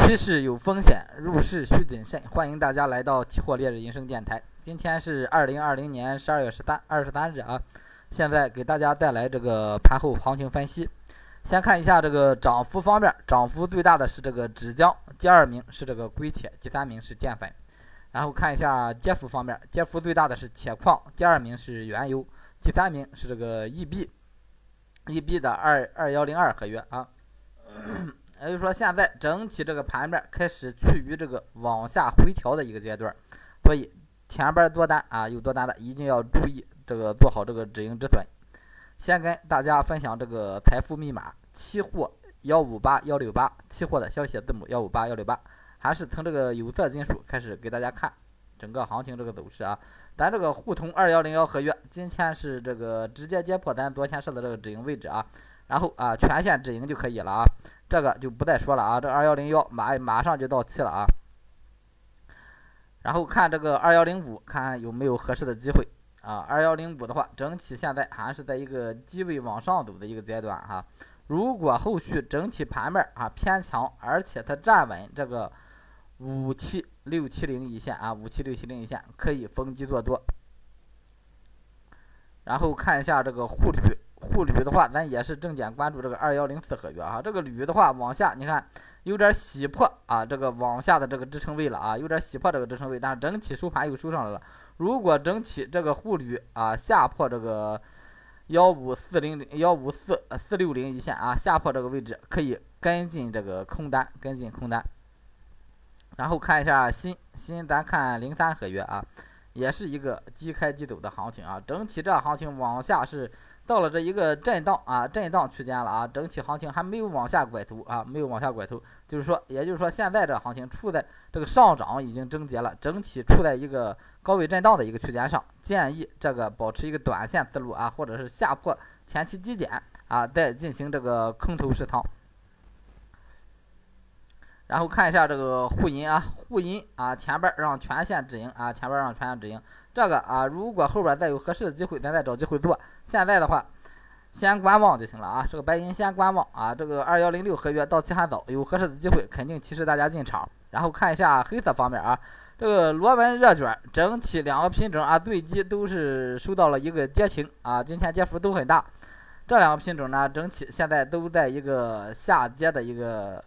期市有风险，入市需谨慎。欢迎大家来到期货烈日人生电台。今天是2020年12月23日啊。现在给大家带来这个盘后行情分析。先看一下这个涨幅方面，涨幅最大的是这个纸浆，第二名是这个硅铁，第三名是淀粉。然后看一下跌幅方面，跌幅最大的是铁矿，第二名是原油，第三名是这个 EB 的2102合约啊。也就是说，现在整体这个盘面开始趋于这个往下回调的一个阶段，所以前边多单啊，有多单的一定要注意这个做好这个止盈止损。先跟大家分享这个财富密码，期货158168，期货的小写字母158168，还是从这个有色金属开始给大家看整个行情这个走势啊。咱这个沪通2101合约今天是这个直接跌破咱昨天设的这个止盈位置啊。然后啊，全线止盈就可以了啊，这个就不再说了啊。这2101马上就到期了啊。然后看这个2105，看有没有合适的机会啊。2105的话，整体现在还是在一个低位往上走的一个阶段哈。如果后续整体盘面啊偏强，而且它站稳这个57670一线啊，57670一线可以逢低做多。然后看一下这个沪铝的话，咱也是重点关注这个2104合约啊。这个铝的话往下，你看有点洗破啊，这个往下的这个支撑位了啊，有点洗破这个支撑位，但是整体收盘又收上来了。如果整体这个沪铝啊下破这个15460一线啊，下破这个位置可以跟进这个空单。然后看一下新，咱看03合约啊。也是一个低开低走的行情啊，整体这行情往下是到了这一个震荡区间了啊，整体行情还没有往下拐头啊，也就是说现在这行情处在这个上涨已经终结了，整体处在一个高位震荡的一个区间上，建议这个保持一个短线思路啊，或者是下破前期低点啊，再进行这个空头试仓。然后看一下这个沪银啊，前边让全线止盈啊，这个啊，如果后边再有合适的机会，咱再找机会做。现在的话，先观望就行了啊。这个白银先观望啊，这个2106合约到期还早，有合适的机会肯定提示大家进场。然后看一下黑色方面啊，这个螺纹热卷整体两个品种啊，最低都是受到了一个跌停啊，今天跌幅都很大。这两个品种呢，整体现在都在一个下跌的一个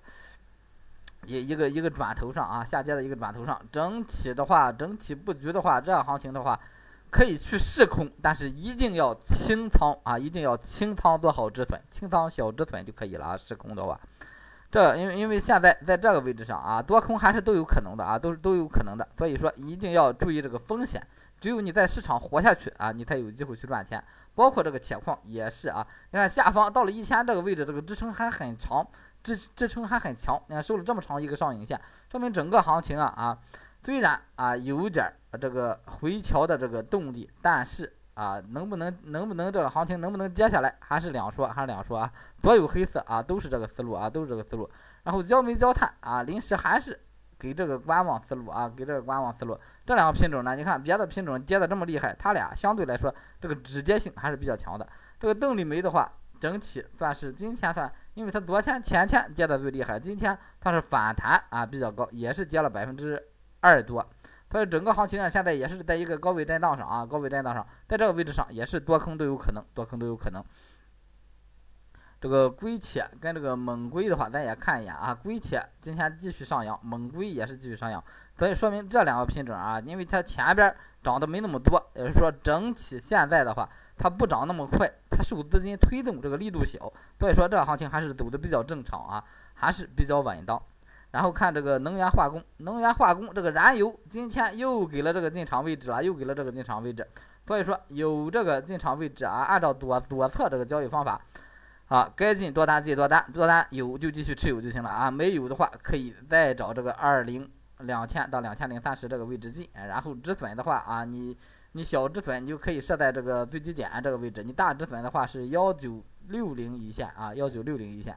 转头上啊，下跌的一个转头上。整体布局的话，这样行情的话可以去试空，但是一定要清仓啊，做好止损，清仓小止损就可以了啊。试空的话，因为现在在这个位置上啊，多空还是都有可能的啊，都有可能的，所以说一定要注意这个风险。只有你在市场活下去啊，你才有机会去赚钱。包括这个铁矿也是啊，你看下方到了1000这个位置，这个支撑还很长，支撑还很强。你看收了这么长一个上影线，说明整个行情啊虽然啊有点这个回调的这个动力，但是啊能不能这个行情能不能接下来还是两说啊。所有黑色啊都是这个思路。然后焦煤焦炭啊，临时还是给这个观望思路啊，这两个品种呢，你看别的品种跌的这么厉害，它俩相对来说这个止跌性还是比较强的。这个动力煤的话，整体算是今天因为它昨天前天跌的最厉害，今天算是反弹啊比较高，也是跌了2%多。所以整个行情啊，现在也是在一个高位震荡上，在这个位置上也是多空都有可能。这个硅铁跟这个锰硅的话，咱也看一眼啊。硅铁今天继续上扬，锰硅也是继续上扬，所以说明这两个品种啊，因为它前边涨的没那么多，也就是说整体现在的话，它不涨那么快，它受资金推动这个力度小，所以说这个行情还是走的比较正常啊，还是比较稳当。然后看这个能源化工这个燃油今天又给了这个进场位置了，所以说有这个进场位置啊，按照左侧这个交易方法。该进多单进多单，有就继续持有就行了啊。没有的话，可以再找这个2000到2030这个位置进。然后止损的话啊，你小止损你就可以设在这个最低点这个位置，你大止损的话是1960一线啊，1960一线。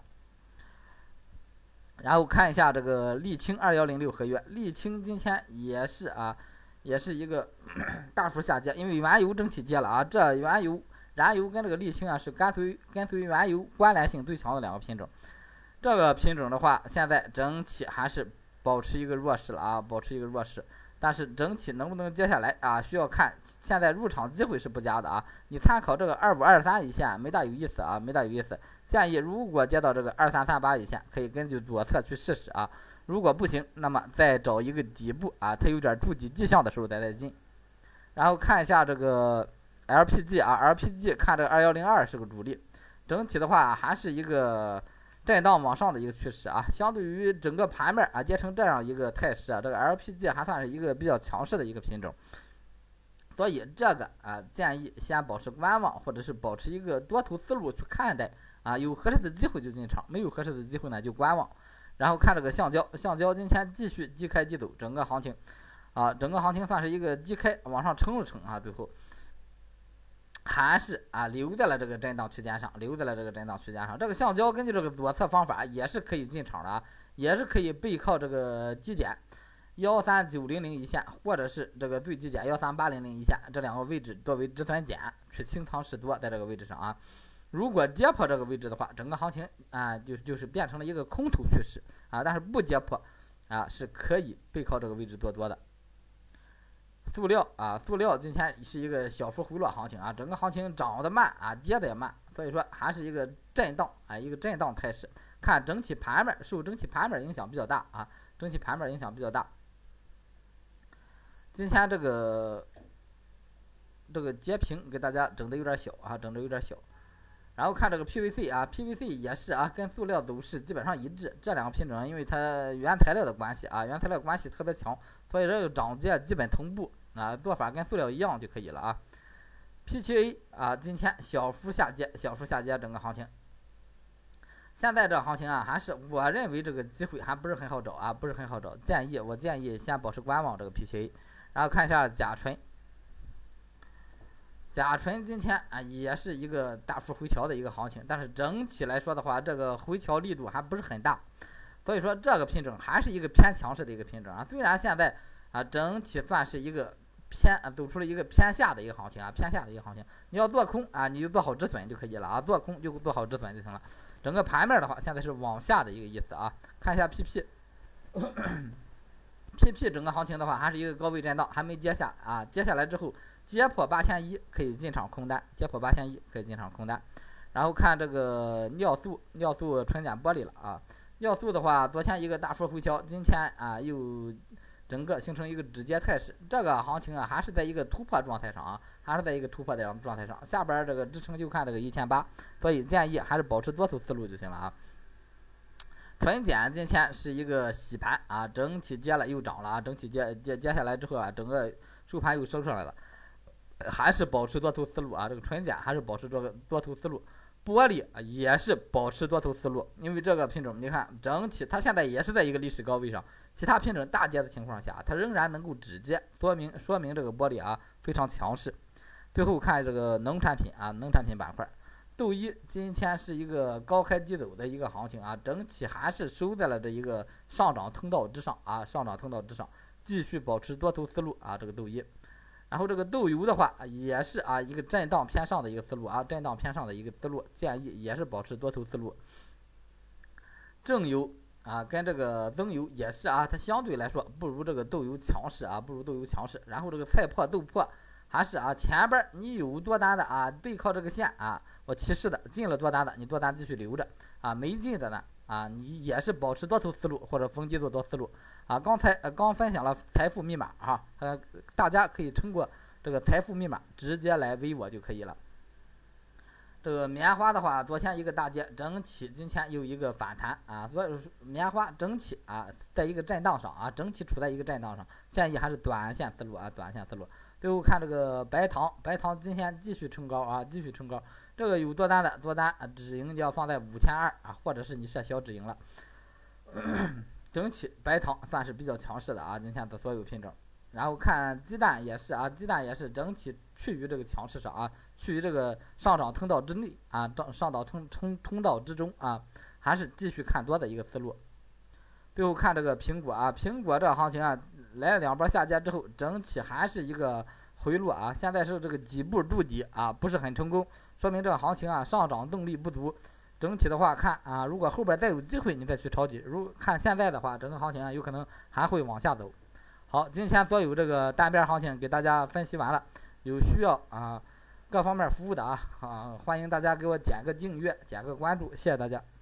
然后看一下这个沥青2106合约，沥青今天也是一个大幅下跌，因为原油整体跌了啊，这燃油跟这个沥青啊是跟随原油关联性最强的两个品种。 这个品种的话，现在整体还是保持一个弱势了啊，保持一个弱势。但是整体能不能接下来啊，需要看现在入场机会是不佳的啊。你参考这个2523一线没大有意思啊，没大有意思。建议如果接到这个2338一线，可以根据左侧去试试啊。如果不行，那么再找一个底部啊，它有点筑底迹象的时候再进。然后看一下这个 LPG 啊 ，LPG 看这个2102是个主力，整体的话还是一个震荡往上的一个趋势啊，相对于整个盘面啊结成这样一个态势啊，这个 LPG 还算是一个比较强势的一个品种，所以这个啊建议先保持观望，或者是保持一个多头思路去看待啊，有合适的机会就进场，没有合适的机会呢就观望。然后看这个橡胶，橡胶今天继续低开低走，整个行情啊，整个行情算是一个低开往上撑了撑啊，最后还是啊留在了这个震荡区间上，留在了这个震荡区间上。这个橡胶根据这个左侧方法也是可以进场的啊，也是可以背靠这个低点13900一线，或者是这个最低点13800一线，这两个位置作为止损点去清仓试多，在这个位置上啊。如果跌破这个位置的话，整个行情啊就是变成了一个空头趋势啊，但是不跌破啊是可以背靠这个位置做多的。塑料啊，塑料今天是一个小幅回落行情啊，整个行情涨得慢啊，跌得也慢，所以说还是一个震荡啊，一个震荡态势。看整体盘面，受整体盘面影响比较大啊，整体盘面影响比较大。今天这个截屏给大家整的有点小啊，整的有点小。然后看这个 PVC 啊 ，PVC 也是啊，跟塑料走势基本上一致。这两个品种因为它原材料的关系啊，原材料关系特别强，所以这个涨跌基本同步啊，做法跟塑料一样就可以了啊。PTA 啊，今天小幅下跌，小幅下跌整个行情。现在这行情啊，还是我认为这个机会还不是很好找啊，不是很好找。我建议先保持观望这个 PTA， 然后看一下甲醇。甲醇今天啊也是一个大幅回调的一个行情，但是整体来说的话，这个回调力度还不是很大，所以说这个品种还是一个偏强势的一个品种啊。虽然现在啊整体算是一个走出了一个偏下的一个行情啊，偏下的一个行情。你要做空啊，你就做好止损就可以了啊，做空就做好止损就行了。整个盘面的话，现在是往下的一个意思啊。看一下 PP。PP 整个行情的话，还是一个高位震荡，还没接下啊。接下来之后，跌破8100可以进场空单，跌破8100可以进场空单。然后看这个尿素纯碱玻璃了啊。尿素的话，昨天一个大幅回调，今天啊又整个形成一个止跌态势。这个行情啊，还是在一个突破状态上啊，还是在一个突破的状态上。下边这个支撑就看这个1800，所以建议还是保持多头思路就行了啊。纯碱今天是一个洗盘啊，整体跌了又涨了啊，整体跌下来之后啊，整个收盘又收上来了，还是保持多头思路啊。这个纯碱还是保持多头思路，玻璃也是保持多头思路，因为这个品种你看整体它现在也是在一个历史高位上，其他品种大跌的情况下，它仍然能够止跌，说明这个玻璃啊非常强势。最后看这个农产品啊，农产品板块。豆一今天是一个高开低走的一个行情啊，整体还是收在了这一个上涨通道之上啊，上涨通道之上，继续保持多头思路啊，这个豆一。然后这个豆油的话也是啊一个震荡偏上的一个思路啊，震荡偏上的一个思路，建议也是保持多头思路。正油啊跟这个增油也是啊，它相对来说不如这个豆油强势啊，不如豆油强势。然后这个菜粕豆粕。还是啊，前边你有多单的啊，背靠这个线啊，我提示的进了多单的，你多单继续留着啊，没进的呢啊，你也是保持多头思路或者逢低做多思路啊。刚分享了财富密码哈，大家可以通过这个财富密码直接来微我就可以了。这个棉花的话，昨天一个大跌，整体今天又一个反弹啊，所以棉花整体啊在一个震荡上啊，整体处在一个震荡上，建议还是短线思路啊，短线思路。最后看这个白糖今天继续冲高啊，继续冲高。这个有多单的多单啊，止盈要放在5200啊，或者是你设小止盈了。整体白糖算是比较强势的啊，今天的所有品种。然后看鸡蛋也是啊，鸡蛋也是整体趋于这个强势上啊，趋于这个上涨通道之内啊，上涨通道之中啊，还是继续看多的一个思路。最后看这个苹果啊，苹果这个行情啊，来了两波下跌之后，整体还是一个回落啊，现在是这个底部筑底啊，不是很成功，说明这个行情啊上涨动力不足， 整体的话看啊，如果后边再有机会你再去抄底，看现在的话，整个行情啊有可能还会往下走。好，今天所有这个单边行情给大家分析完了，有需要啊各方面服务的啊，欢迎大家给我点个订阅，点个关注，谢谢大家。